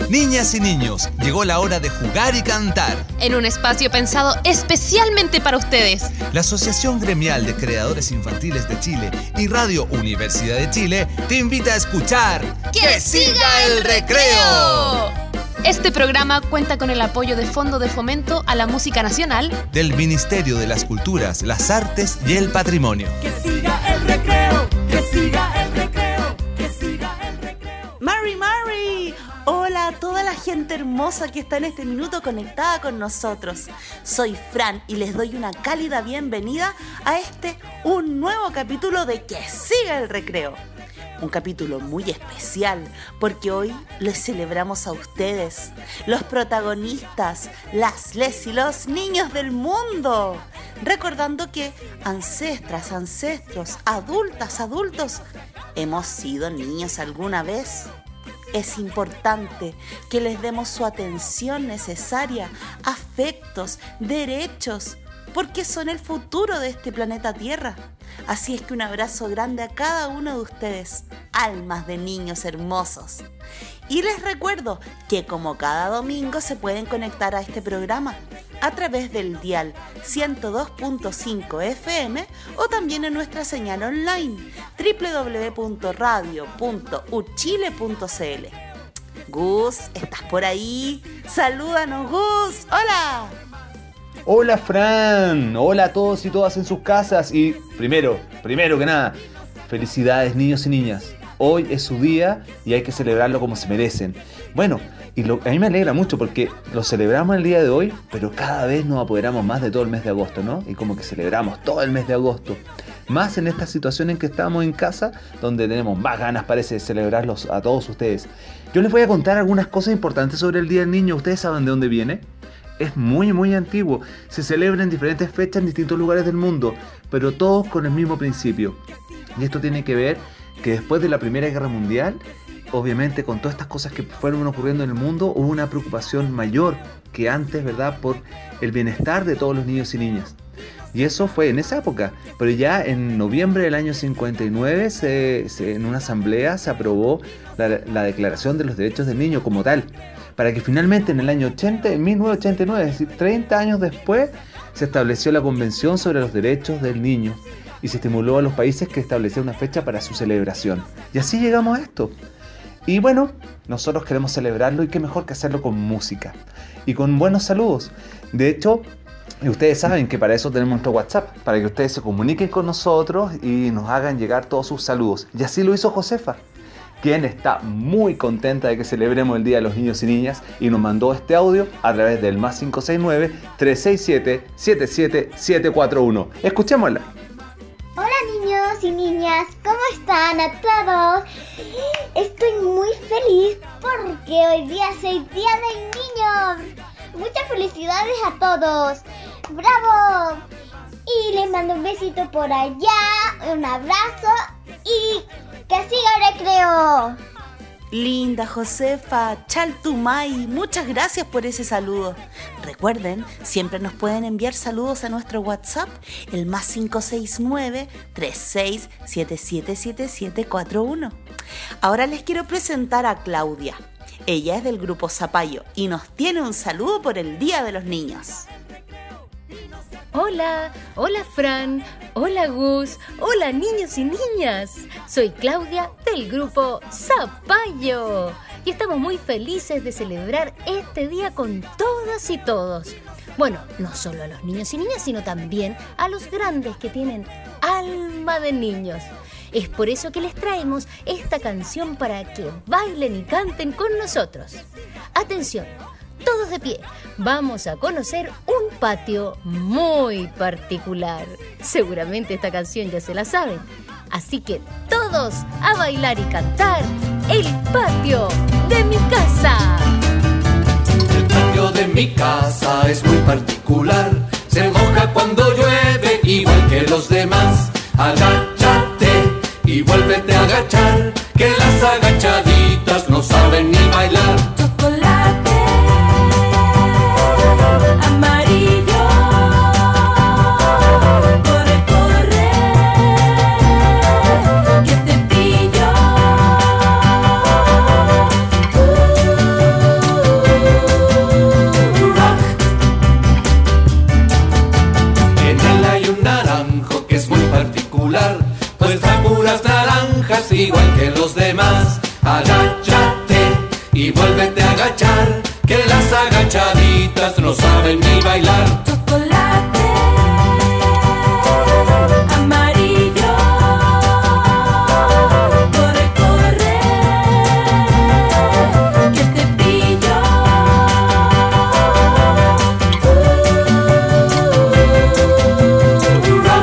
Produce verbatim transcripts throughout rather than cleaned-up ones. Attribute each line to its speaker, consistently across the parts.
Speaker 1: Niñas y niños, llegó la hora de jugar y cantar.
Speaker 2: En un espacio pensado especialmente para ustedes.
Speaker 1: La Asociación Gremial de Creadores Infantiles de Chile y Radio Universidad de Chile te invita a escuchar
Speaker 2: ¡Que, ¡Que siga el recreo! Este programa cuenta con el apoyo de Fondo de Fomento a la Música Nacional
Speaker 1: del Ministerio de las Culturas, las Artes y el Patrimonio.
Speaker 3: ¡Que siga el recreo! ¡Que siga el recreo! ¡Que siga el recreo!
Speaker 4: ¡Mari, Mari! Hola a toda la gente hermosa que está en este minuto conectada con nosotros. Soy Fran y les doy una cálida bienvenida a este, un nuevo capítulo de Que siga el recreo. Un capítulo muy especial porque hoy les celebramos a ustedes, los protagonistas, las, les y los niños del mundo. Recordando que ancestras, ancestros, adultas, adultos, hemos sido niños alguna vez. Es importante que les demos su atención necesaria, afectos, derechos, porque son el futuro de este planeta Tierra. Así es que un abrazo grande a cada uno de ustedes, almas de niños hermosos. Y les recuerdo que como cada domingo se pueden conectar a este programa a través del dial ciento dos punto cinco F M o también en nuestra señal online doble u doble u doble u punto radio punto u chile punto c l. Gus, ¿estás por ahí? Salúdanos, Gus. ¡Hola!
Speaker 5: Hola, Fran. Hola a todos y todas en sus casas. Y primero, primero que nada, felicidades, niños y niñas. Hoy es su día y hay que celebrarlo como se merecen. Bueno, y lo, a mí me alegra mucho porque lo celebramos el día de hoy, pero cada vez nos apoderamos más de todo el mes de agosto, ¿no? Y como que celebramos todo el mes de agosto. Más en esta situación en que estamos en casa, donde tenemos más ganas, parece, de celebrarlos a todos ustedes. Yo les voy a contar algunas cosas importantes sobre el Día del Niño. ¿Ustedes saben de dónde viene? Es muy muy antiguo, se celebra en diferentes fechas en distintos lugares del mundo, pero todos con el mismo principio. Y esto tiene que ver que después de la Primera Guerra Mundial, obviamente con todas estas cosas que fueron ocurriendo en el mundo, hubo una preocupación mayor que antes, ¿verdad?, por el bienestar de todos los niños y niñas. Y eso fue en esa época, pero ya en noviembre del año cincuenta y nueve, se, se, en una asamblea se aprobó la, la Declaración de los Derechos del Niño como tal, para que finalmente en el año ochenta, en mil novecientos ochenta y nueve, es decir, treinta años después, se estableció la Convención sobre los Derechos del Niño y se estimuló a los países que establecieran una fecha para su celebración. Y así llegamos a esto. Y bueno, nosotros queremos celebrarlo y qué mejor que hacerlo con música y con buenos saludos. De hecho, ustedes saben que para eso tenemos nuestro WhatsApp, para que ustedes se comuniquen con nosotros y nos hagan llegar todos sus saludos. Y así lo hizo Josefa, quien está muy contenta de que celebremos el Día de los Niños y Niñas y nos mandó este audio a través del más cinco seis nueve, tres seis siete, siete siete siete cuatro uno. Escuchémosla.
Speaker 6: Hola niños y niñas, ¿cómo están a todos? Estoy muy feliz porque hoy día es el Día del Niño. Muchas felicidades a todos. ¡Bravo! Y les mando un besito por allá, un abrazo y ¡que siga el recreo!
Speaker 4: Linda Josefa, Chaltumay, muchas gracias por ese saludo. Recuerden, siempre nos pueden enviar saludos a nuestro WhatsApp, el más cinco seis nueve, tres seis siete siete siete siete cuatro uno. Ahora les quiero presentar a Claudia. Ella es del grupo Zapallo y nos tiene un saludo por el Día de los Niños.
Speaker 7: Hola, hola Fran, hola Gus, hola niños y niñas. Soy Claudia del grupo Zapallo y estamos muy felices de celebrar este día con todas y todos. Bueno, no solo a los niños y niñas, sino también a los grandes que tienen alma de niños. Es por eso que les traemos esta canción para que bailen y canten con nosotros. Atención, todos de pie. Vamos a conocer un patio muy particular. Seguramente esta canción ya se la saben. Así que todos a bailar y cantar El patio de mi casa.
Speaker 3: El patio de mi casa es muy particular. Se moja cuando llueve igual que los demás. Agáchate y vuélvete a agachar, que las agachaditas no saben ni bailar. Chocolate amarillo, corre, corre, que te pillo. Uh, y vuélvete a agachar, que las agachaditas no saben ni bailar.
Speaker 8: Chocolate amarillo, corre, corre, que te pillo. Uh, rock.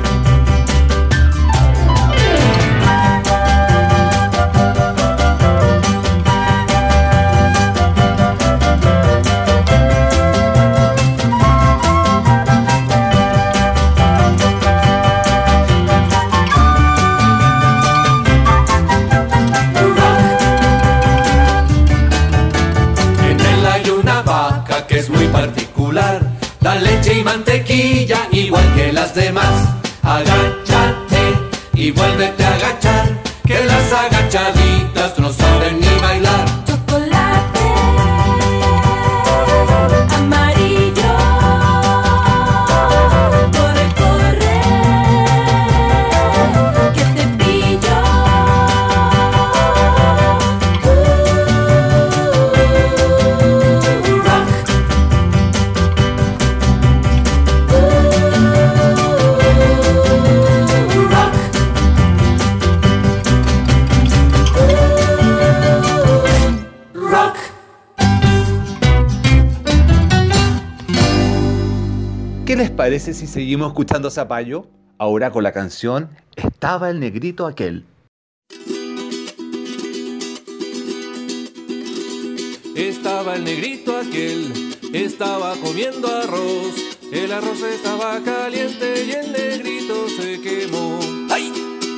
Speaker 3: Que es muy particular, da leche y mantequilla igual que las demás. Agáchate y vuélvete a agachar, que las agachaditas no saben ni bailar.
Speaker 8: Chocolate amarillo, corre, corre, que te pillo.
Speaker 5: ¿Qué les parece si seguimos escuchando Zapallo? Ahora con la canción Estaba el negrito aquel.
Speaker 3: Estaba el negrito aquel, estaba comiendo arroz. El arroz estaba caliente y el negrito se quemó. ¡Ay!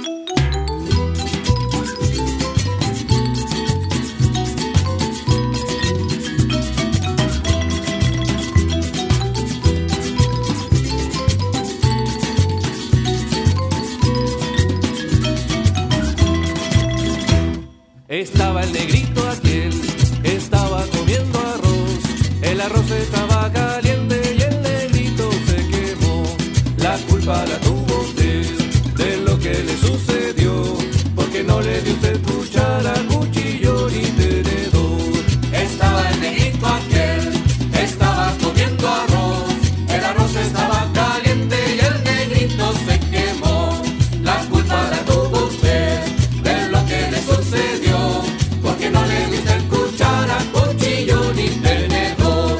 Speaker 3: Estaba el negrito aquel, estaba comiendo arroz. El arroz estaba caliente y el negrito se quemó. La culpa la tuvo usted de lo que le sucedió, porque no le dio usted cuchara, cuchillo ni tenedor. Estaba el negrito aquel, estaba comiendo arroz. El arroz estaba caliente y el negrito se quemó. La culpa la tuvo usted de lo que le sucedió, porque no le dio usted cuchara, cuchillo ni tenedor.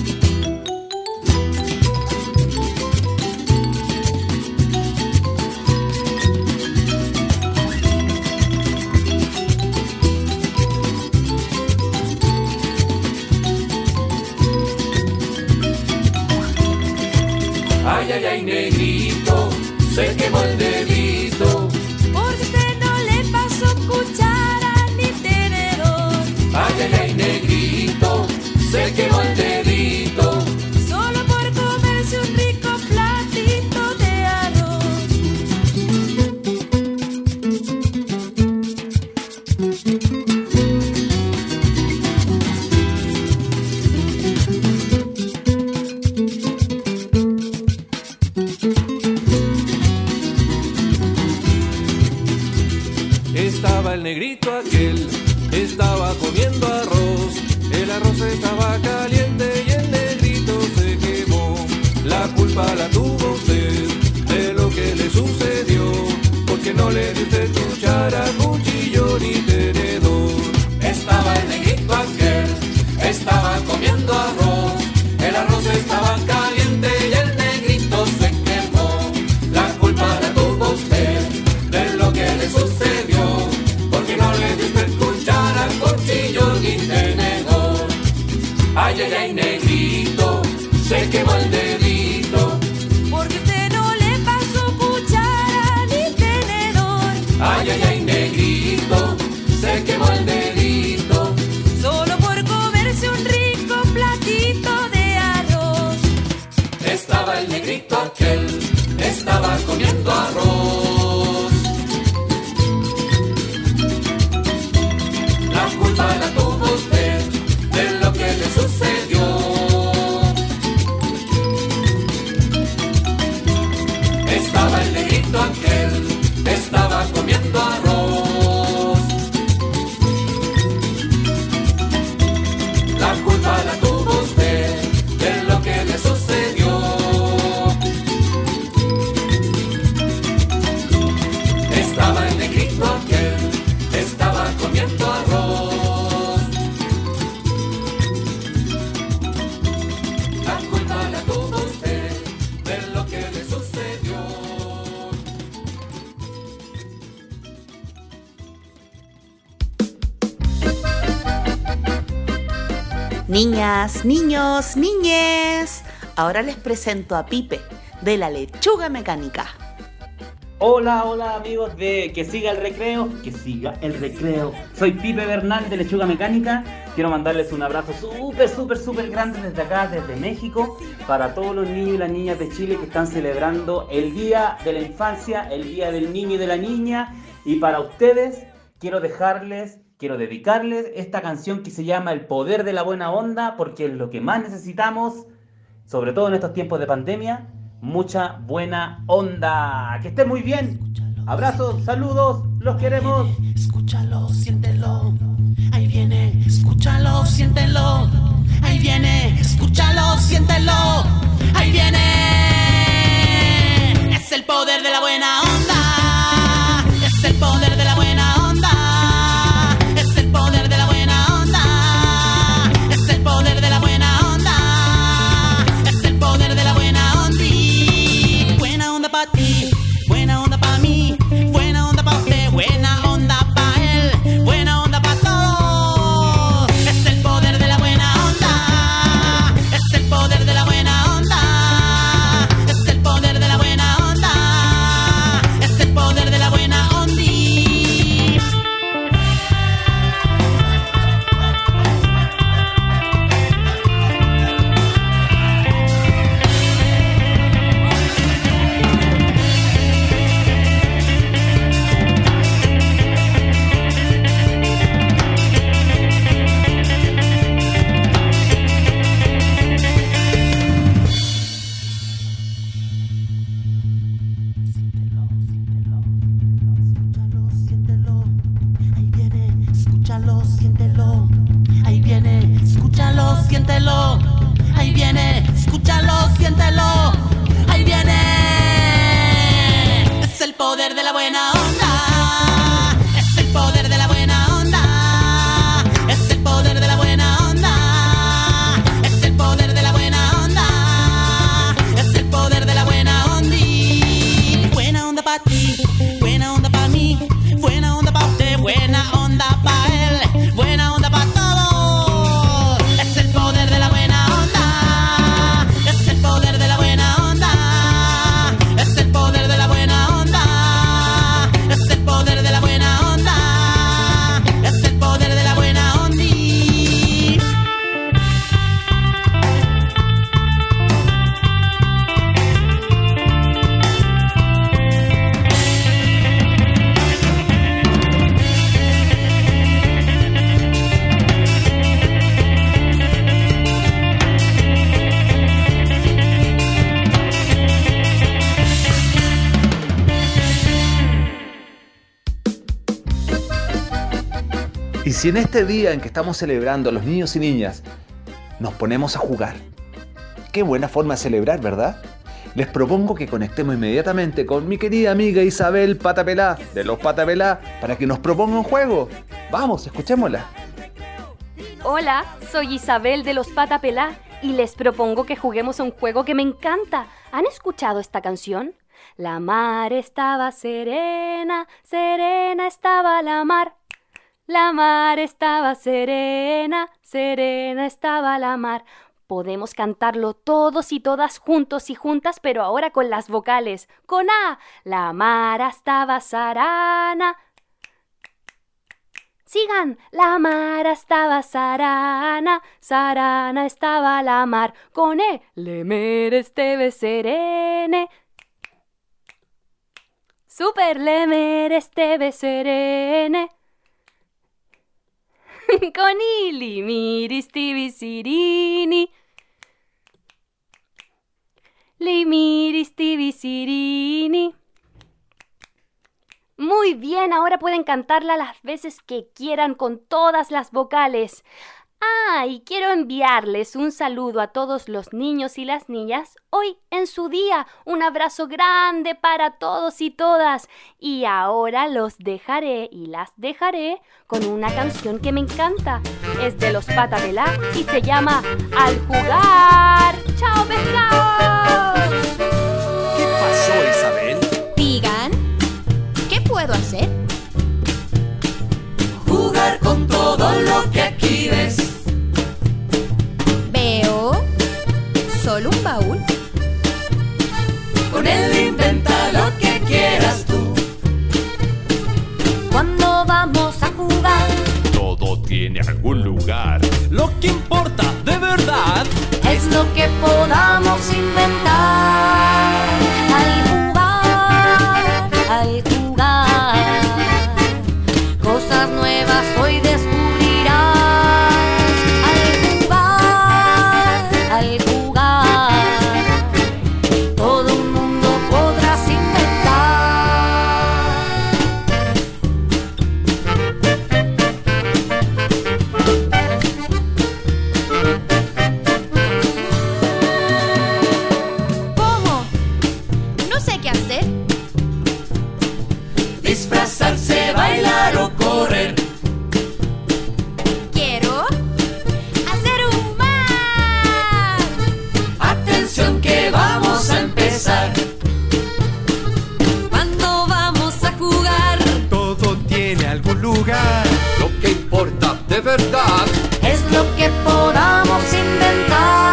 Speaker 3: Ay, ay, ay, negrito, se quemó el dedito.
Speaker 8: Porque usted no le pasó cuchara ni tenedor.
Speaker 3: Ay, ay, ay, negrito, se quemó el dedito.
Speaker 8: Solo por comerse un rico platito de arroz.
Speaker 3: Estaba el negrito aquel, estaba comiendo arroz. El arroz estaba caliente y el negrito se quemó. La culpa la tuvo usted de lo que le sucedió, porque no le dio usted cuchara, cuchillo ni tenedor. Estaba el negrito aquel, estaba comiendo arroz. El arroz estaba caliente y el negrito se quemó. La culpa la tuvo usted de lo que le sucedió, porque no le dio usted cuchara, cuchillo ni tenedor. Ay, ay, ay, negrito, se quemó el dedito.
Speaker 8: Porque usted no le pasó cuchara ni tenedor.
Speaker 3: Ay, ay, ay, negrito, se quemó el dedito.
Speaker 8: Solo por comerse un rico platito de arroz.
Speaker 3: Estaba el negrito aquel, estaba comiendo arroz. La culpa la tuvo usted de lo que le sucedió.
Speaker 4: Niñas, niños, niñes, ahora les presento a Pipe, de la Lechuga Mecánica.
Speaker 9: Hola, hola amigos de Que Siga el Recreo, que siga el recreo. Soy Pipe Bernal de Lechuga Mecánica. Quiero mandarles un abrazo súper, súper, súper grande desde acá, desde México, para todos los niños y las niñas de Chile que están celebrando el Día de la Infancia, el Día del Niño y de la Niña. Y para ustedes quiero dejarles, quiero dedicarles esta canción que se llama El Poder de la Buena Onda, porque es lo que más necesitamos, sobre todo en estos tiempos de pandemia. Mucha buena onda. Que estén muy bien. Abrazos, saludos, los queremos.
Speaker 10: Escúchalo, siéntelo. Ahí viene, escúchalo, siéntelo. Ahí viene, escúchalo, siéntelo. Ahí viene. Es el poder de la buena onda. Es el poder de la buena onda. Es el poder de la buena onda. Es el poder de la buena onda. Es el poder de la buena onda. Buena onda pa' ti, buena onda pa' mí, buena onda pa' usted, buena onda pa' él, buena onda pa' todos. Es el poder de la buena onda, es el poder de la buena onda, es el poder de la buena onda, es el poder de la buena onda. Siéntelo, ahí viene, escúchalo, siéntelo, ahí viene. Es el poder de la buena onda, es el poder de la buena onda, es el poder de la buena onda, es el poder de la buena onda, es el poder de la buena onda. Buena onda pa' ti, buena onda pa' mí, buena onda pa' usted, buena onda pa' él, buena onda pa' todos.
Speaker 5: Y si en este día en que estamos celebrando a los niños y niñas nos ponemos a jugar, qué buena forma de celebrar, ¿verdad? Les propongo que conectemos inmediatamente con mi querida amiga Isabel Patapelá, de los Patapelá, para que nos proponga un juego. Vamos, escuchémosla.
Speaker 11: Hola, soy Isabel de los Patapelá y les propongo que juguemos a un juego que me encanta. ¿Han escuchado esta canción? La mar estaba serena, serena estaba la mar. La mar estaba serena, serena estaba la mar. Podemos cantarlo todos y todas juntos y juntas, pero ahora con las vocales. Con A. La mar estaba sarana. Sigan. La mar estaba sarana, sarana estaba la mar. Con E. Le mer esteve serene. Super, le mer esteve serene. Con I. Li miris tibi sirini. Li miris tibi sirini. Muy bien, ahora pueden cantarla las veces que quieran con todas las vocales. Ah, y quiero enviarles un saludo a todos los niños y las niñas hoy en su día. Un abrazo grande para todos y todas. Y ahora los dejaré y las dejaré con una canción que me encanta. Es de los Patapelá y se llama Al Jugar. ¡Chao, pescados!
Speaker 1: ¿Qué pasó, Isabel?
Speaker 2: Digan, ¿qué puedo hacer?
Speaker 3: Jugar con todo lo que aquí ves. Lo que importa de verdad
Speaker 8: es lo que podamos inventar al jugar, al jugar. Cosas nuevas hoy descubrirás al jugar, al jugar. Todo un mundo podrás
Speaker 3: disfrazarse, bailar o correr.
Speaker 8: Quiero hacer un mar.
Speaker 3: Atención que vamos a empezar.
Speaker 8: Cuando vamos a jugar,
Speaker 3: Todo tiene algún lugar. Lo que importa de verdad
Speaker 8: es lo que podamos inventar.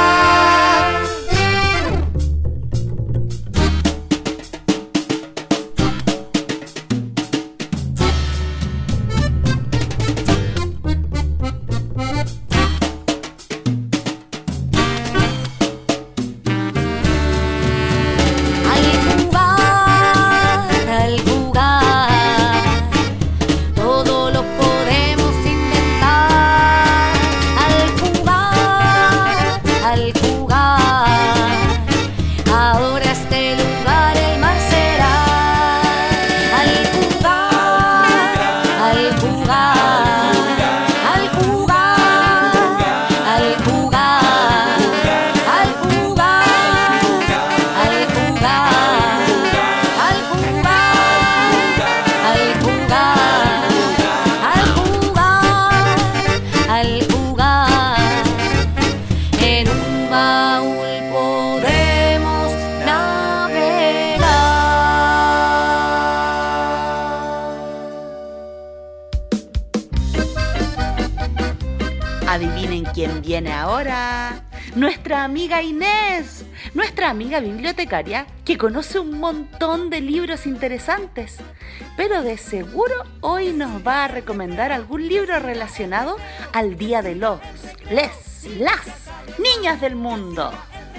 Speaker 4: Adivinen quién viene ahora. Nuestra amiga Inés, nuestra amiga bibliotecaria que conoce un montón de libros interesantes, pero de seguro hoy nos va a recomendar algún libro relacionado al Día de los, les, las niñas del mundo.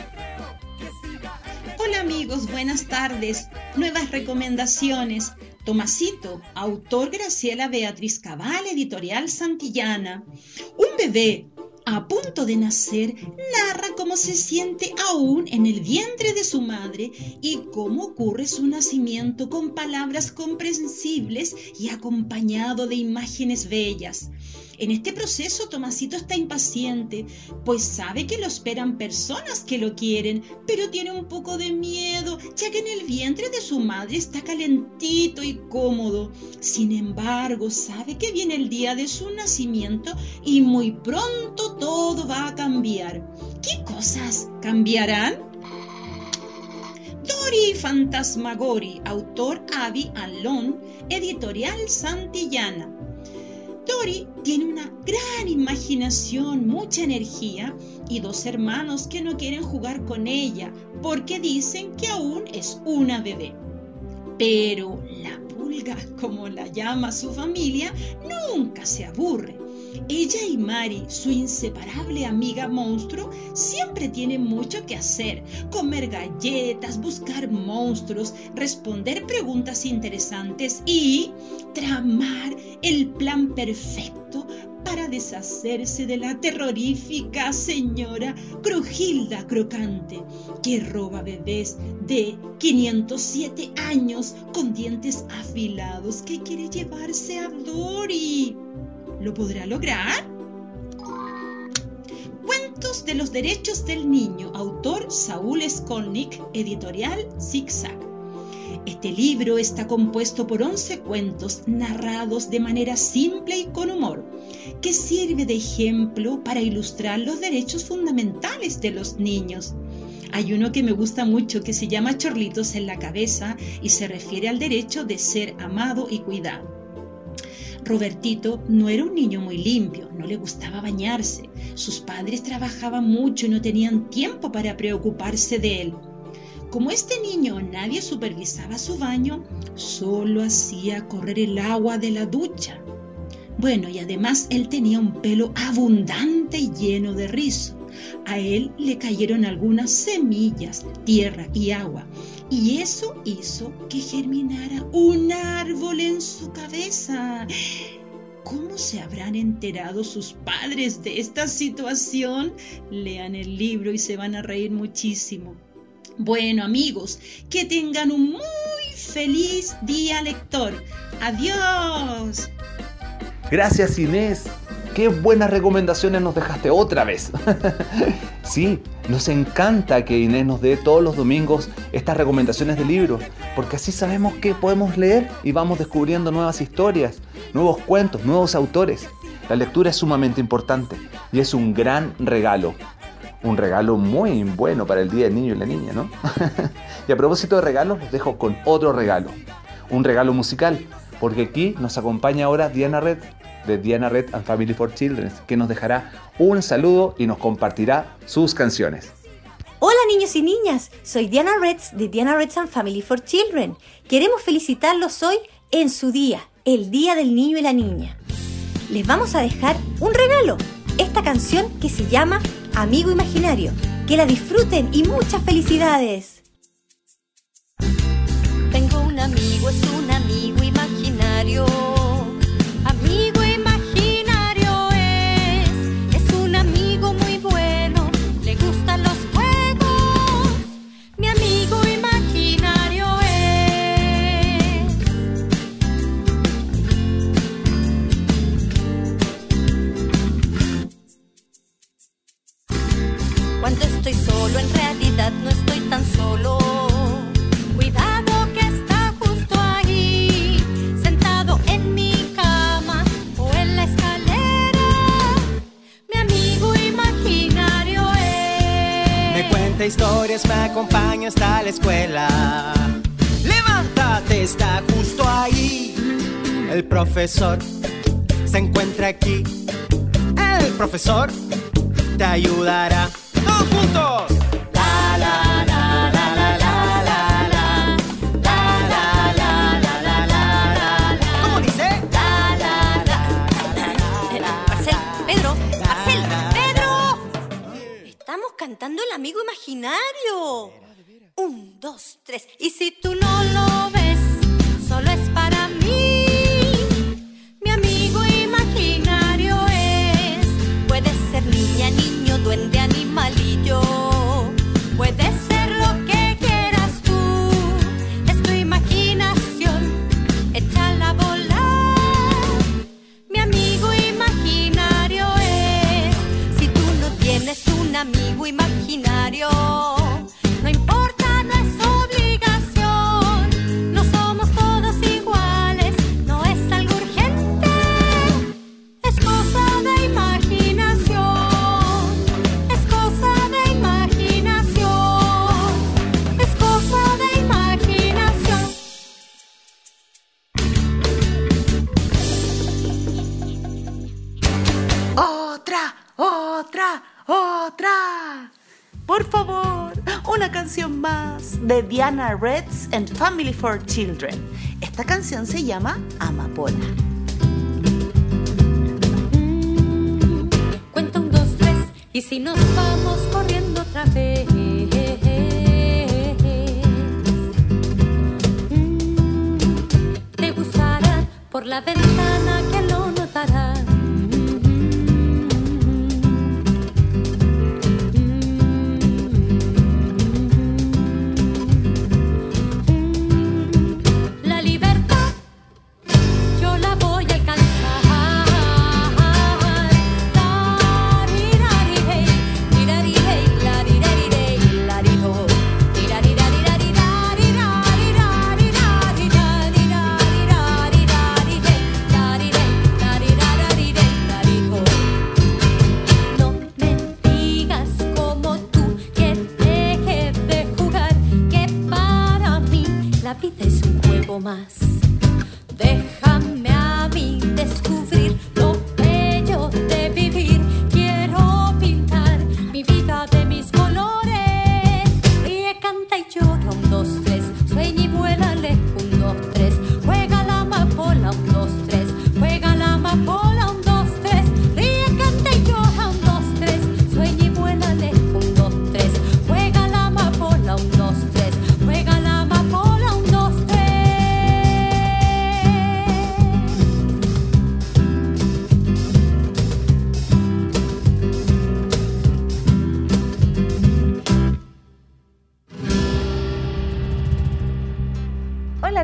Speaker 12: Hola amigos, buenas tardes. Nuevas recomendaciones. Tomasito, autor Graciela Beatriz Cabal, editorial Santillana. Un bebé a punto de nacer narra cómo se siente aún en el vientre de su madre y cómo ocurre su nacimiento con palabras comprensibles y acompañado de imágenes bellas. En este proceso, Tomasito está impaciente, pues sabe que lo esperan personas que lo quieren, pero tiene un poco de miedo, ya que en el vientre de su madre está calentito y cómodo. Sin embargo, sabe que viene el día de su nacimiento y muy pronto todo va a cambiar. ¿Qué cosas cambiarán? Dory Fantasmagory, autor Avi Alon, editorial Santillana. Dory tiene una gran imaginación, mucha energía y dos hermanos que no quieren jugar con ella porque dicen que aún es una bebé. Pero la pulga, como la llama su familia, nunca se aburre. Ella y Mari, su inseparable amiga monstruo, siempre tienen mucho que hacer: comer galletas, buscar monstruos, responder preguntas interesantes y tramar el plan perfecto para deshacerse de la terrorífica señora Crujilda Crocante, que roba bebés de quinientos siete años con dientes afilados que quiere llevarse a Dory. ¿Lo podrá lograr? Cuentos de los derechos del niño, autor Saúl Skolnick, editorial Zigzag. Este libro está compuesto por once cuentos narrados de manera simple y con humor, que sirve de ejemplo para ilustrar los derechos fundamentales de los niños. Hay uno que me gusta mucho que se llama Chorlitos en la cabeza y se refiere al derecho de ser amado y cuidado. Robertito no era un niño muy limpio, no le gustaba bañarse. Sus padres trabajaban mucho y no tenían tiempo para preocuparse de él. Como este niño nadie supervisaba su baño, solo hacía correr el agua de la ducha. Bueno, y además él tenía un pelo abundante y lleno de rizo. A él le cayeron algunas semillas, tierra y agua, y eso hizo que germinara un árbol en su cabeza. ¿Cómo se habrán enterado sus padres de esta situación? Lean el libro y se van a reír muchísimo. Bueno, amigos, que tengan un muy feliz día lector. ¡Adiós!
Speaker 5: Gracias, Inés. Qué buenas recomendaciones nos dejaste otra vez. Sí, nos encanta que Inés nos dé todos los domingos estas recomendaciones de libros, porque así sabemos qué podemos leer y vamos descubriendo nuevas historias, nuevos cuentos, nuevos autores. La lectura es sumamente importante y es un gran regalo. Un regalo muy bueno para el Día del Niño y la Niña, ¿no? Y a propósito de regalos, los dejo con otro regalo. Un regalo musical, porque aquí nos acompaña ahora Diana Red, de Diana Red and Family for Children, que nos dejará un saludo y nos compartirá sus canciones.
Speaker 13: Hola niños y niñas, soy Diana Reds de Diana Reds and Family for Children. Queremos felicitarlos hoy en su día, el Día del Niño y la Niña. Les vamos a dejar un regalo, esta canción que se llama Amigo Imaginario. Que la disfruten y muchas felicidades.
Speaker 14: Tengo un amigo, es un amigo imaginario. Amigo imaginario es, es un amigo muy bueno, le gustan los juegos, mi amigo imaginario es. Cuando estoy solo, en realidad no estoy tan solo. Cuidado que está justo ahí, sentado en mi cama o en la escalera. Mi amigo imaginario es.
Speaker 15: Me cuenta historias, me acompaña hasta la escuela. Levántate, está justo ahí. El profesor se encuentra aquí. El profesor te ayudará. ¡Todos juntos! La, la, la, la, la, la, la, la. La, la, la, la, la, la, la. ¿Cómo dice?
Speaker 14: La, la, la, la, la. Marcel, Pedro, Marcel, Pedro. Estamos cantando el amigo imaginario. Un, dos, tres. Y si tú no lo ves, solo es para mí. Mi amigo imaginario es. Puede ser niña, niño, duende, animalillo. Puede ser lo que quieras tú. Es tu imaginación, échala a volar. Mi amigo imaginario es. Si tú no tienes un amigo imaginario, no importa, no es obligación. No somos todos iguales, no es algo urgente. Es cosa de imaginación. Es cosa de imaginación. Es cosa de imaginación.
Speaker 4: Otra, otra, otra. Por favor, una canción más de Diana Reds and Family for Children. Esta canción se llama Amapola.
Speaker 14: Cuenta un, dos, tres, y si nos vamos corriendo otra vez. Mm, Te gustará por la ventana que lo notarás. La libertad yo la voy a alcanzar. Larirari, rirari, larirari, larido. Rirari, no me digas como tú que deje de jugar, que para mí la vida es un juego más. Déjame a mí descubrir lo bello de vivir. Quiero pintar mi vida de mis colores. Ríe, canta y llora, un, dos, tres. Sueña y vuela lejos, un, dos, tres. Juega la amapola, un, dos, tres. Juega la amapola.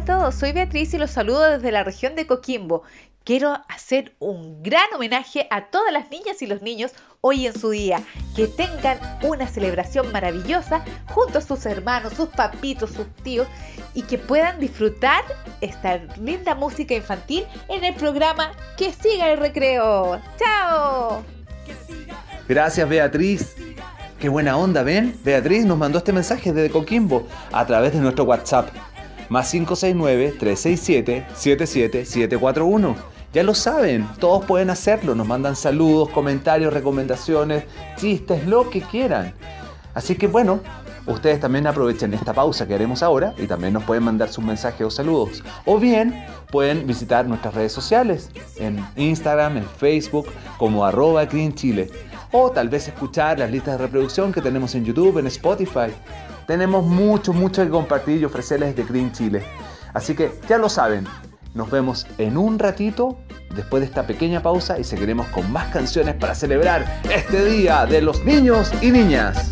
Speaker 16: todos, soy Beatriz y los saludo desde la región de Coquimbo. Quiero hacer un gran homenaje a todas las niñas y los niños hoy en su día. Que tengan una celebración maravillosa junto a sus hermanos, sus papitos, sus tíos y que puedan disfrutar esta linda música infantil en el programa Que Siga el Recreo. ¡Chao!
Speaker 5: Gracias, Beatriz. Qué buena onda, ¿ven? Beatriz nos mandó este mensaje desde Coquimbo a través de nuestro WhatsApp. Más cinco seis nueve, tres seis siete, siete siete siete cuatro uno. Ya lo saben, todos pueden hacerlo. Nos mandan saludos, comentarios, recomendaciones, chistes, lo que quieran. Así que bueno, ustedes también aprovechen esta pausa que haremos ahora y también nos pueden mandar sus mensajes o saludos. O bien pueden visitar nuestras redes sociales en Instagram, en Facebook, como arroba Green Chile. O tal vez escuchar las listas de reproducción que tenemos en YouTube, en Spotify. Tenemos mucho, mucho que compartir y ofrecerles de Green Chile. Así que ya lo saben, nos vemos en un ratito después de esta pequeña pausa y seguiremos con más canciones para celebrar este Día de los Niños y Niñas.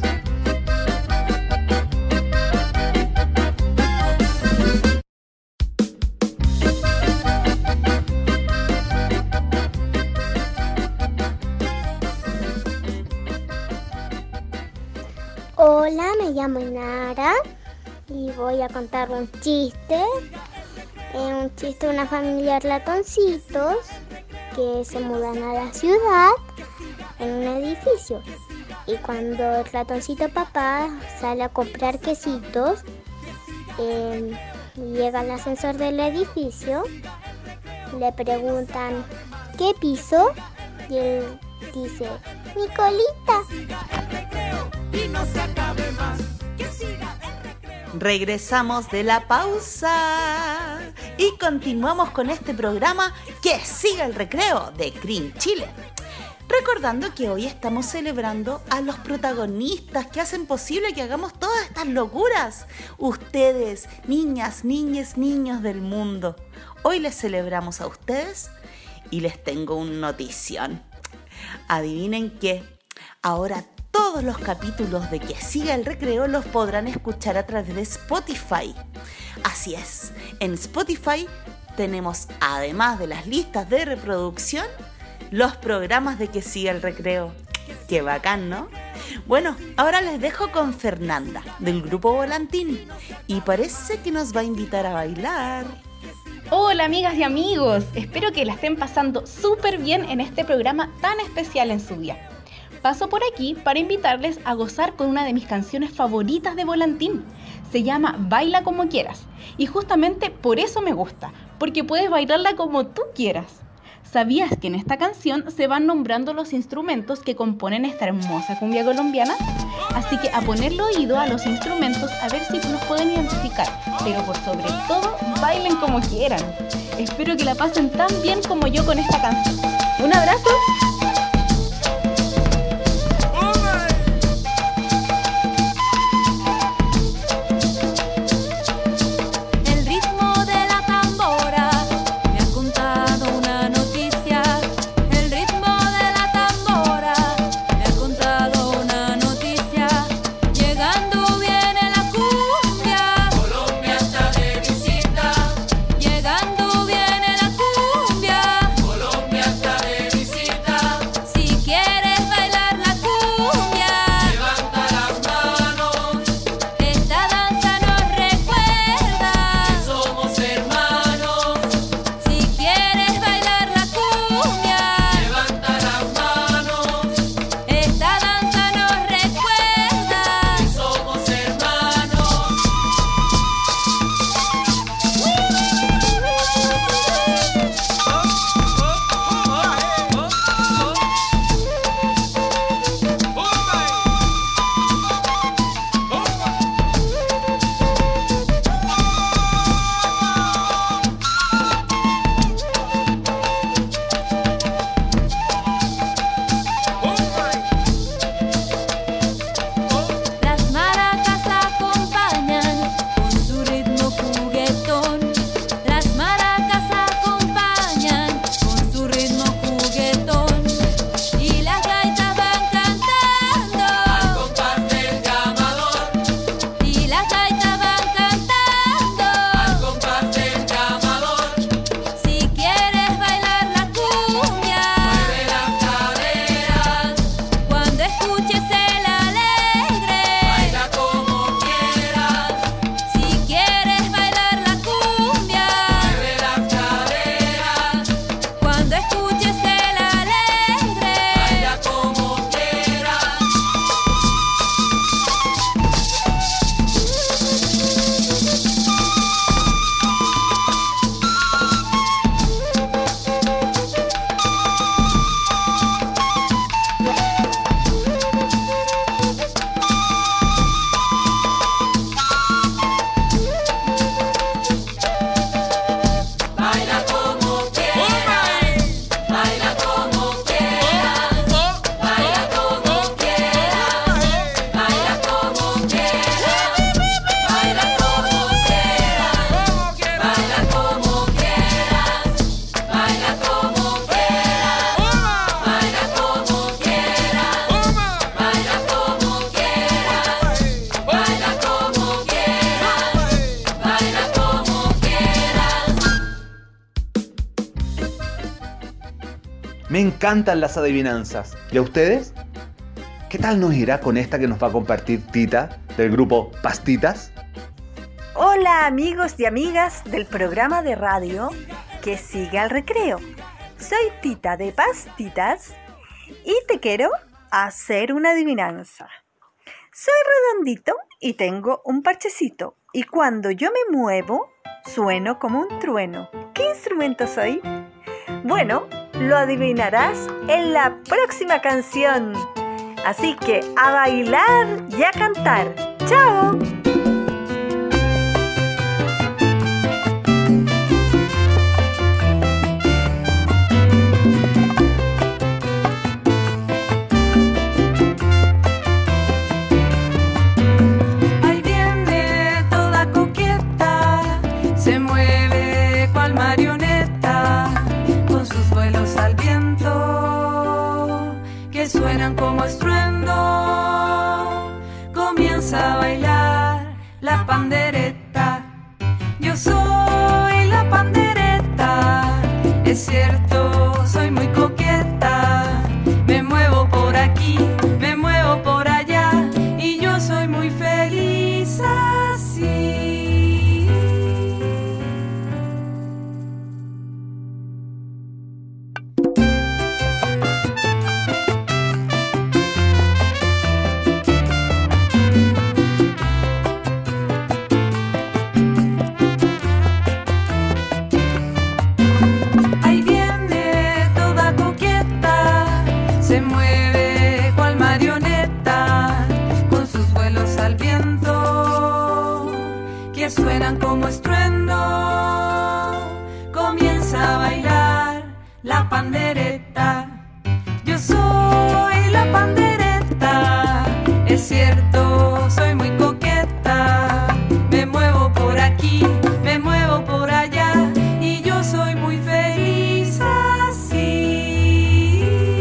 Speaker 6: Hola, me llamo Inara y voy a contar un chiste. Eh, un chiste de una familia de ratoncitos que se mudan a la ciudad en un edificio. Y cuando el ratoncito papá sale a comprar quesitos, eh, llega al ascensor del edificio, le preguntan ¿qué piso? Y él dice ¡mi colita!
Speaker 4: Y no se acabe más. Que siga el recreo. Regresamos de la pausa y continuamos con este programa Que Siga el Recreo de Green Chile. Recordando que hoy estamos celebrando a los protagonistas que hacen posible que hagamos todas estas locuras. Ustedes, niñas, niñes, niños del mundo. Hoy les celebramos a ustedes y les tengo una notición. Adivinen qué, ahora todos los capítulos de Que Siga el Recreo los podrán escuchar a través de Spotify. Así es, en Spotify tenemos, además de las listas de reproducción, los programas de Que Siga el Recreo. ¡Qué bacán!, ¿no? Bueno, ahora les dejo con Fernanda, del grupo Volantín, y parece que nos va a invitar a bailar.
Speaker 17: Hola amigas y amigos, espero que la estén pasando súper bien en este programa tan especial en su día. Paso por aquí para invitarles a gozar con una de mis canciones favoritas de Volantín. Se llama Baila Como Quieras y justamente por eso me gusta, porque puedes bailarla como tú quieras. ¿Sabías que en esta canción se van nombrando los instrumentos que componen esta hermosa cumbia colombiana? Así que a ponerle oído a los instrumentos a ver si los pueden identificar, pero por sobre todo, bailen como quieran. Espero que la pasen tan bien como yo con esta canción. ¡Un abrazo!
Speaker 8: Llegando viene la cumbia, Colombia está de visita.
Speaker 5: Me encantan las adivinanzas. ¿Y a ustedes? ¿Qué tal nos irá con esta que nos va a compartir Tita del grupo Pastitas?
Speaker 18: Hola amigos y amigas del programa de radio Que Siga el Recreo. Soy Tita de Pastitas y te quiero hacer una adivinanza. Soy redondito y tengo un parchecito y cuando yo me muevo sueno como un trueno. ¿Qué instrumento soy? Bueno, lo adivinarás en la próxima canción. Así que a bailar y a cantar. ¡Chao!
Speaker 8: Ahí viene toda coqueta, se mueve cual marioneta, con sus vuelos al viento, que suenan como estruendo. Comienza a bailar la pandereta. Yo soy la pandereta, es cierto, soy muy coqueta. Me muevo por aquí, me muevo por allá, y yo soy muy feliz así. Ahí viene toda coqueta, se mueve cual marioneta, con sus vuelos al viento, que suenan como estruendo. Comienza a bailar la pandereta. Yo soy la pandereta, es cierto, soy muy coqueta. Me muevo por aquí, me muevo por allá, y yo soy muy feliz así.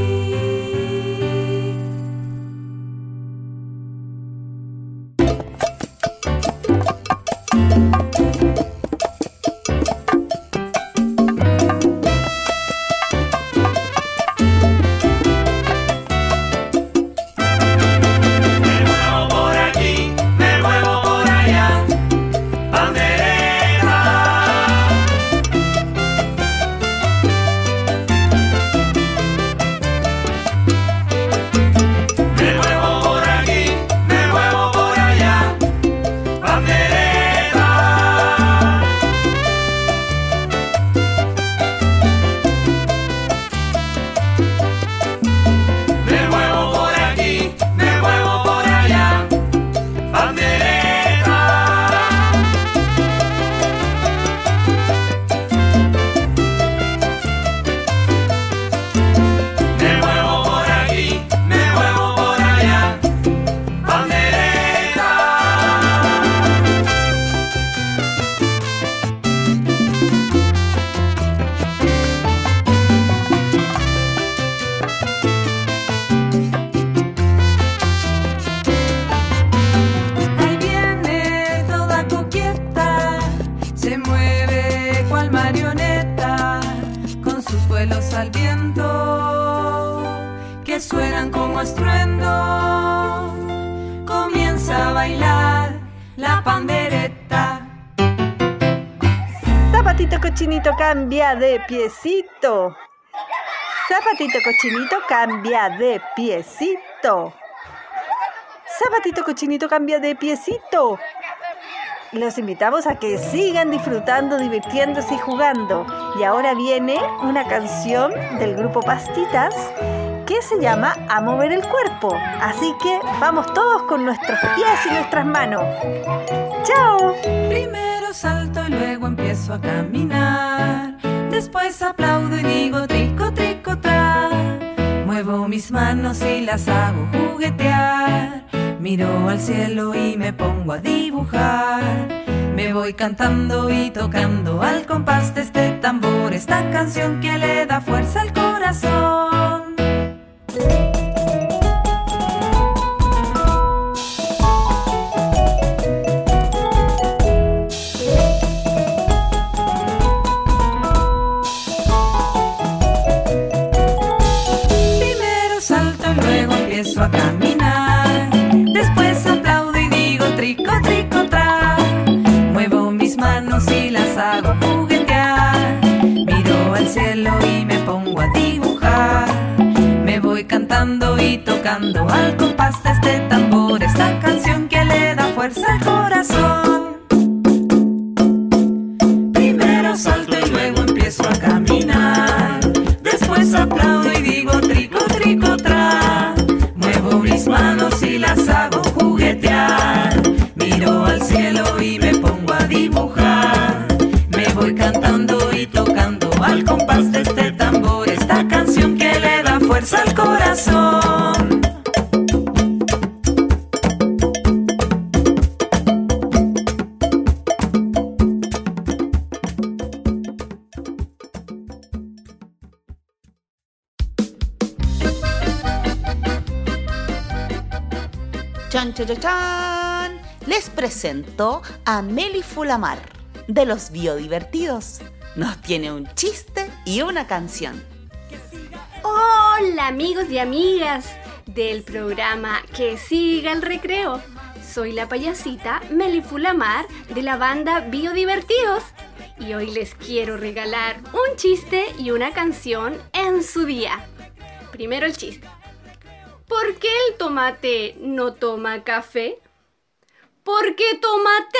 Speaker 3: Por aquí, me muevo por allá, pandereta. Me muevo por aquí, me muevo por allá, pandereta. Me muevo por aquí, me muevo por allá, pandereta. Me muevo por aquí, me muevo por allá, pandereta.
Speaker 8: Ahí viene toda coqueta, se mueve cual marioneta, con sus vuelos al viento, que suenan como estruendo. Comienza a bailar la pandereta.
Speaker 18: Zapatito cochinito cambia de piecito. Zapatito cochinito cambia de piecito. Zapatito cochinito cambia de piecito. Los invitamos a que sigan disfrutando, divirtiéndose y jugando. Y ahora viene una canción del grupo Pastitas que se llama A Mover el Cuerpo. Así que vamos todos con nuestros pies y nuestras manos. ¡Chao!
Speaker 8: Primero salto y luego empiezo a caminar. Después aplaudo y digo trico, trico, tra. Muevo mis manos y las hago juguetear. Miro al cielo y me pongo a dibujar. Me voy cantando y tocando al compás de este tambor, esta canción que le da fuerza al corazón. empiezo a caminar. Después aplaudo y digo trico, trico, tra. Muevo mis manos y las hago juguetear. Miro al cielo y me pongo a dibujar. Me voy cantando y tocando al compás de este tambor, esta canción que le da fuerza al corazón. Primero salto y luego empiezo a caminar. Después aplaudo y digo trico, trico, tra. Muevo mis manos y las hago juguetear. Miro al cielo y me pongo a dibujar. Me voy cantando y tocando al compás de este tambor, esta canción que le da fuerza al corazón.
Speaker 4: Chan, chan, chan, chan. Les presento a Meli Fulamar, de los Biodivertidos. Nos tiene un chiste y una canción.
Speaker 11: Hola amigos y amigas del programa Que Siga el Recreo. Soy la payasita Meli Fulamar de la banda Biodivertidos y hoy les quiero regalar un chiste y una canción en su día. Primero el chiste. ¿Por qué el tomate no toma café? ¿Por qué tomate?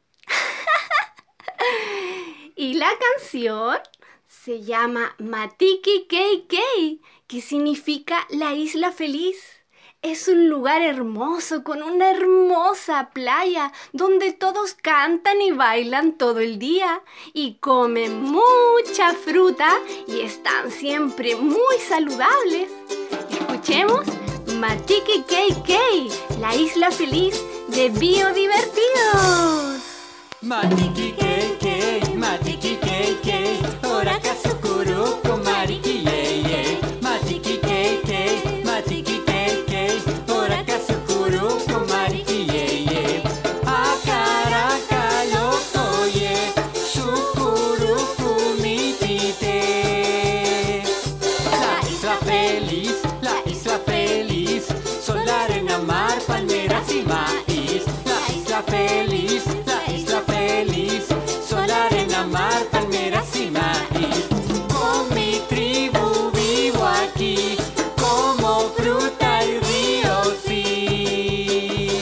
Speaker 11: Y la canción se llama Matiki Kei Kei, que significa la isla feliz. Es un lugar hermoso con una hermosa playa donde todos cantan y bailan todo el día y comen mucha fruta y están siempre muy saludables. Escuchemos Matiki Kei Kei, la isla feliz de Biodivertidos.
Speaker 15: Matiki Kei Kei, Matiki Kei Kei, Oraka Sukuruko Mariki Yei Yei. Matiki Kei Kei, Matiki Kei Kei, Oraka Sukuruko Mariki Yei Yei. Akaraka Yoko Ye, Sukuruku Mitite. La isla feliz, la isla feliz, sol, arena, mar, palmeras y maíz. La isla feliz, la isla feliz, sol, arena, mar, palmeras y maíz. Con mi tribu vivo aquí, como fruta y río, sí.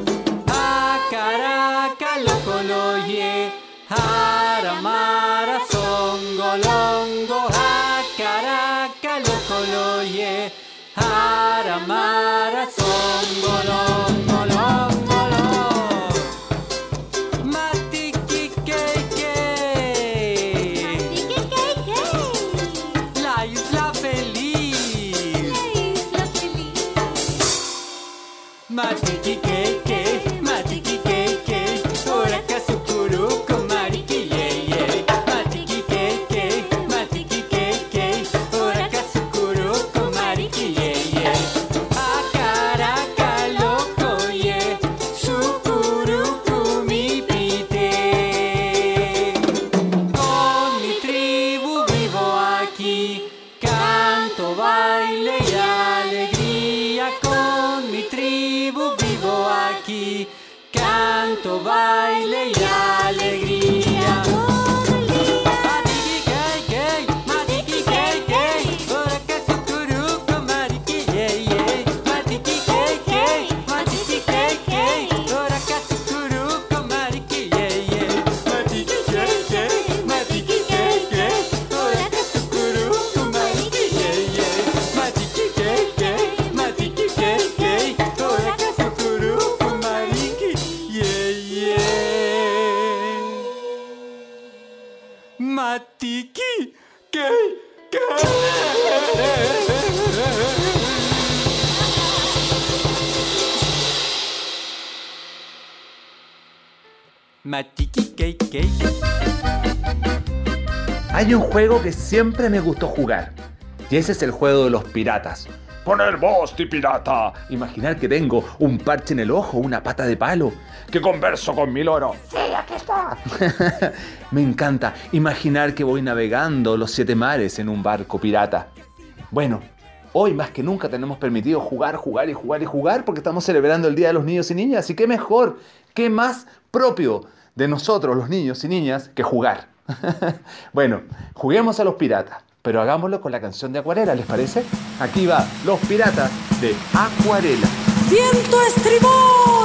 Speaker 15: Acaraka, locoloye, aramara, songolongo. Acaraka, locoloye, aramara, songolongo, longo, longo. Matiki Kei Kei,
Speaker 11: Matiki Kei Kei,
Speaker 15: la isla feliz,
Speaker 11: la isla feliz.
Speaker 15: Matiki Kei Kei, Matiki Kei Kei, Oraka Sukuruko Mariki Yei Yei. Matiki Kei Kei, Matiki Kei Kei, Oraka Sukuruko Mariki Yei Yei. Acaraka loco ye, Sukuruku Mipite. Con mi tribu vivo aquí, canto, baile y alegría. Con mi tribu vivo aquí, canto, baile y alegría. Matiki Kei Kei, Matiki Kei Kei, Oraka Sukuruko Mariki Yei Yei. Matiki Kei Kei, Matiki Kei Kei, Oraka Sukuruko Mariki Yei Yei. Matiki Kei Kei, Matiki Kei Kei, Oraka Sukuruko Mariki Yei Yei. Matiki Kei Kei, Matiki Kei Kei, Oraka Sukuruko Mariki Yei Yei. Matiki Kei Kei. Matiki Kei Kei.
Speaker 5: Hay un juego que siempre me gustó jugar, y ese es el juego de los piratas. Poner voz de pirata. Imaginar que tengo un parche en el ojo, una pata de palo, que converso con mi loro. ¡Sí, aquí está! Me encanta imaginar que voy navegando los siete mares en un barco pirata. Bueno, Hoy más que nunca tenemos permitido jugar, jugar y jugar y jugar porque estamos celebrando el Día de los Niños y Niñas. Y qué mejor, qué más propio de nosotros, los niños y niñas, que jugar. Bueno, juguemos a los piratas, pero hagámoslo con la canción de Acuarela, ¿les parece? Aquí va, Los Piratas de Acuarela.
Speaker 19: ¡Viento estribor!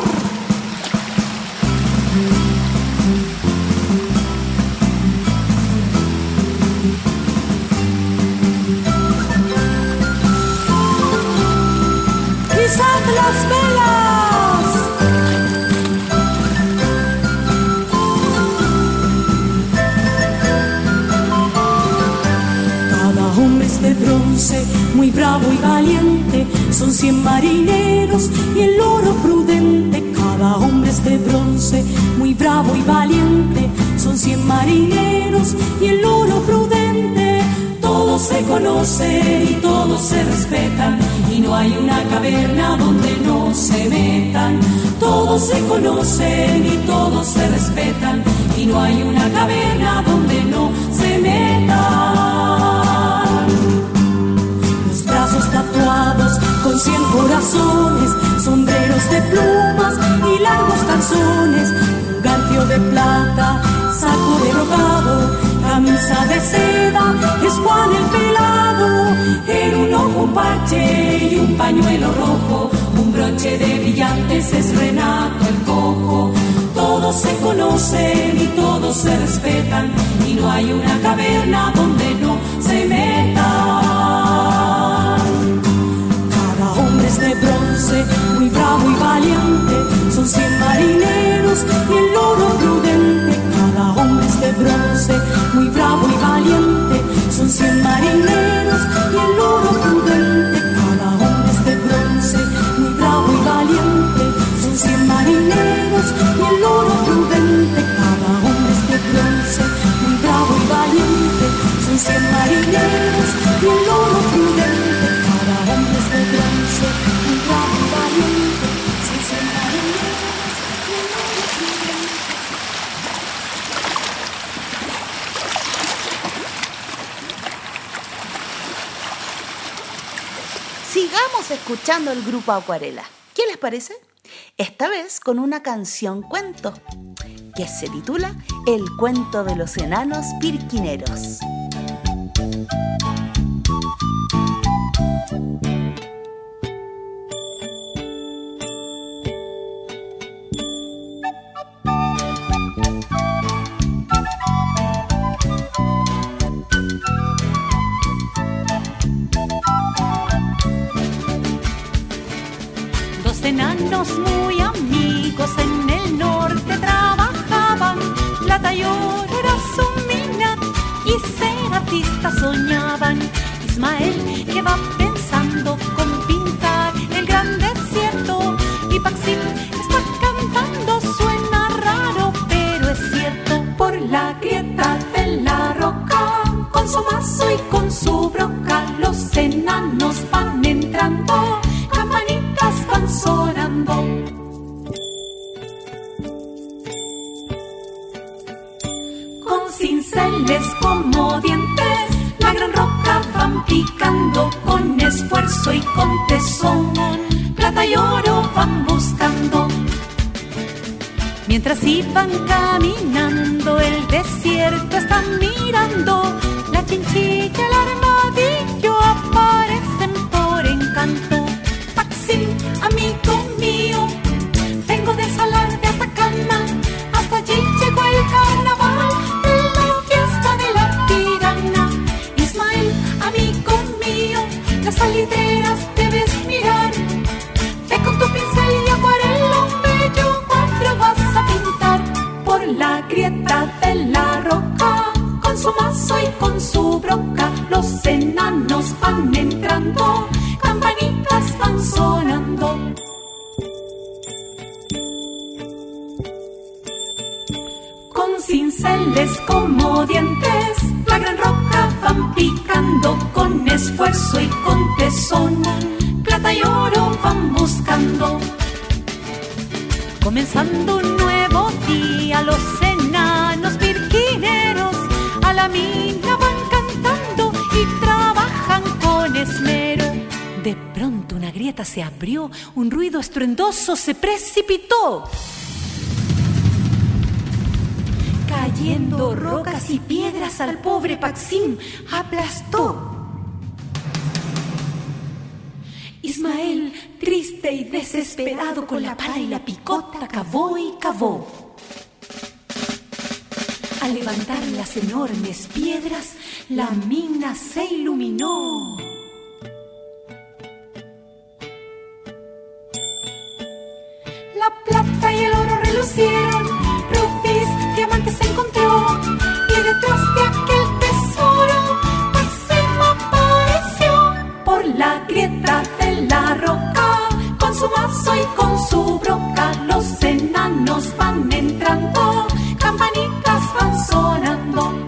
Speaker 19: ¡Izad las velas! Cada hombre es de bronce, muy bravo y valiente. Son cien marineros y el oro prudente. Cada hombre es de bronce, muy bravo y valiente. Son cien marineros y el oro prudente. Todos se conocen y todos se respetan, y no hay una caverna donde no se metan. Todos se conocen y todos se respetan, y no hay una caverna donde no se metan. Los brazos tatuados con cien corazones, sombreros de plumas y largos calzones, un garfio de plata, saco de brocado, camisa de seda, es Juan el pelado. En un ojo un parche y un pañuelo rojo, un broche de brillantes es Renato el cojo. Todos se conocen y todos se respetan, y no hay una caverna donde no se metan. Cada hombre es de bronce, muy bravo y valiente. Son cien marineros y el oro prudente. Cada hombre es de bronce, muy bravo y valiente. Son cien marineros y el oro prudente. Cada hombre es de bronce, muy bravo y valiente. Son cien marineros y el oro prudente. Cada hombre es de bronce, muy bravo y valiente. Son cien marineros y el oro prudente. Cada hombre es de bronce, muy bravo y valiente. Son cien marineros y el oro prudente.
Speaker 4: Sigamos escuchando el grupo Acuarela. ¿Qué les parece? Esta vez con una canción cuento que se titula El cuento de los enanos pirquineros.
Speaker 19: Enanos muy amigos en el norte trabajaban. Plata y oro era su mina y ser artistas soñaban. Ismael que va pensando con pintar el gran desierto, y Paxim está cantando, suena raro pero es cierto. Por la grieta de la roca, con su mazo y con su broca, los enanos van entrando, campanitas van sonando. Con cinceles como dientes, la gran roca van picando, con esfuerzo y con tesón, plata y oro van buscando. Mientras iban caminando, el desierto están mirando, la chinchilla, el armadillo aparecen por encanto. Paxim, amigo mío, vengo de Salar de Atacama, hasta allí llegó el carnaval de la fiesta de la tirana. Ismael, amigo mío, las salideras debes mirar, ve con tu pincel y acuarela un bello cuadro vas a pintar. Por la grieta de la roca, con su mazo y con su broca, los enanos van entrando, campanitas van sonando. Con cinceles como dientes, la gran roca van picando, con esfuerzo y con tesón, plata y oro van buscando. Comenzando un nuevo día, los enanos pirquineros a la mina van cantando y trabajan con esmero. grieta se abrió, un ruido estruendoso se precipitó. Cayendo rocas y piedras al pobre Paxim aplastó. Ismael, triste y desesperado, con la pala y la picota cavó y cavó. Al levantar las enormes piedras, la mina se iluminó. La plata y el oro relucieron, rubíes, diamantes se encontró, y detrás de aquel tesoro, Maxim apareció. Por la grieta de la roca, con su mazo y con su broca, los enanos van entrando, campanitas van sonando.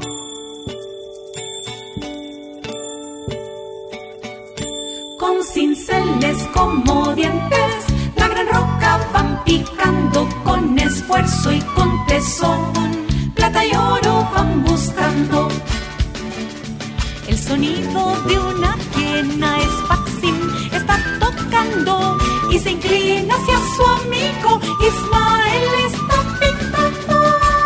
Speaker 19: Con cinceles como dientes, la gran roca van picando, con esfuerzo y con tesón, plata y oro van buscando. El sonido de una quena es Paxim, está tocando y se inclina hacia su amigo. Ismael está pintando.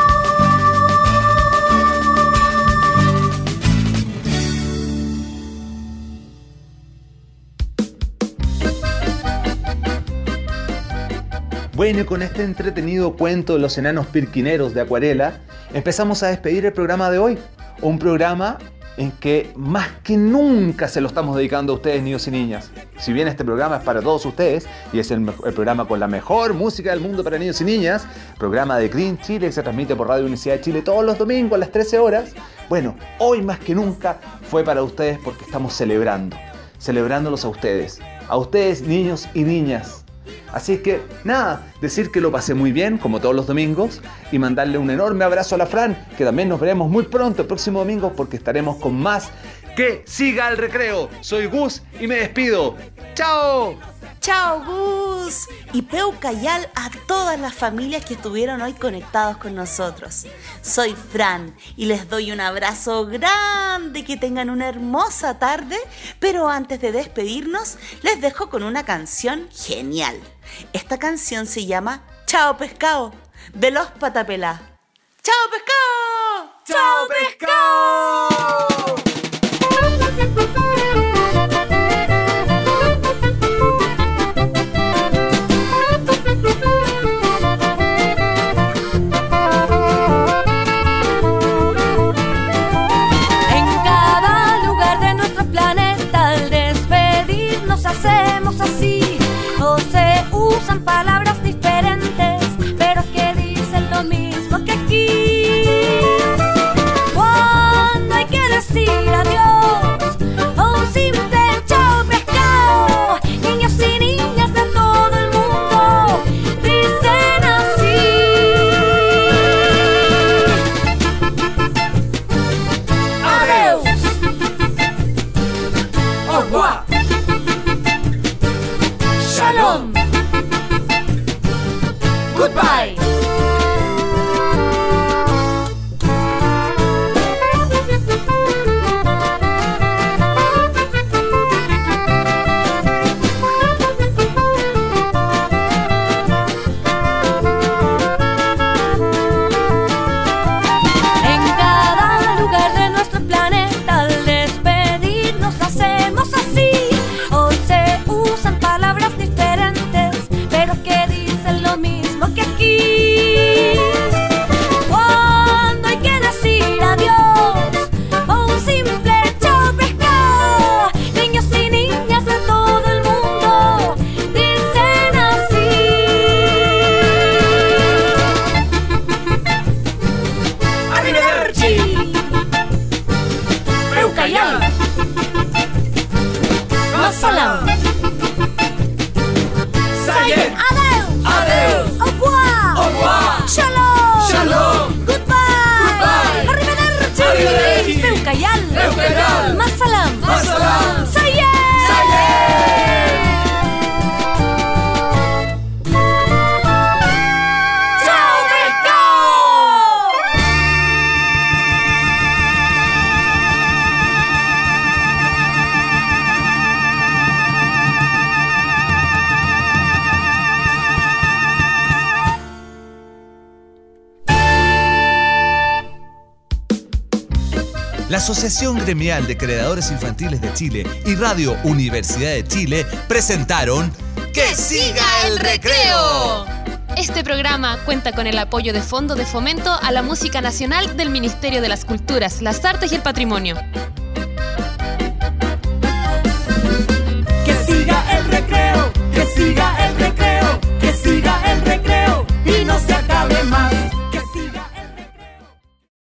Speaker 5: Bueno, y con este entretenido cuento de los enanos pirquineros de acuarela, empezamos a despedir el programa de hoy. Un programa en que más que nunca se lo estamos dedicando a ustedes, niños y niñas. Si bien este programa es para todos ustedes y es el, el programa con la mejor música del mundo para niños y niñas, programa de Green Chile que se transmite por Radio Universidad de Chile todos los domingos a las trece horas, bueno, hoy más que nunca fue para ustedes porque estamos celebrando, celebrándolos a ustedes, a ustedes niños y niñas. Así que nada, decir que lo pasé muy bien, como todos los domingos, y mandarle un enorme abrazo a la Fran, que también nos veremos muy pronto el próximo domingo porque estaremos con más Que Siga el Recreo. Soy Gus y me despido. ¡Chao!
Speaker 4: ¡Chao, Gus! Y peucayal a todas las familias que estuvieron hoy conectados con nosotros. Soy Fran y les doy un abrazo grande, que tengan una hermosa tarde, pero antes de despedirnos, les dejo con una canción genial. Esta canción se llama Chao Pescado, de los Patapelá. ¡Chao Pescado!
Speaker 10: ¡Chao Pescado!
Speaker 20: Hacemos así, o se usan palabras diferentes, pero que dicen lo mismo que aquí. Cuando hay que decir adiós, o un simple chao pescado, niños y niñas de todo el mundo dicen así. Adeus. Au revoir. Shalom. Goodbye. En cada lugar de nuestro planeta, al despedirnos hacemos así, o se usan palabras diferentes, pero que dicen lo mismo que aquí.
Speaker 1: la Asociación Gremial de Creadores Infantiles de Chile y Radio Universidad de Chile presentaron ¡Que siga el recreo!
Speaker 2: Este programa cuenta con el apoyo de Fondo de Fomento a la Música Nacional del Ministerio de las Culturas, las Artes y el Patrimonio.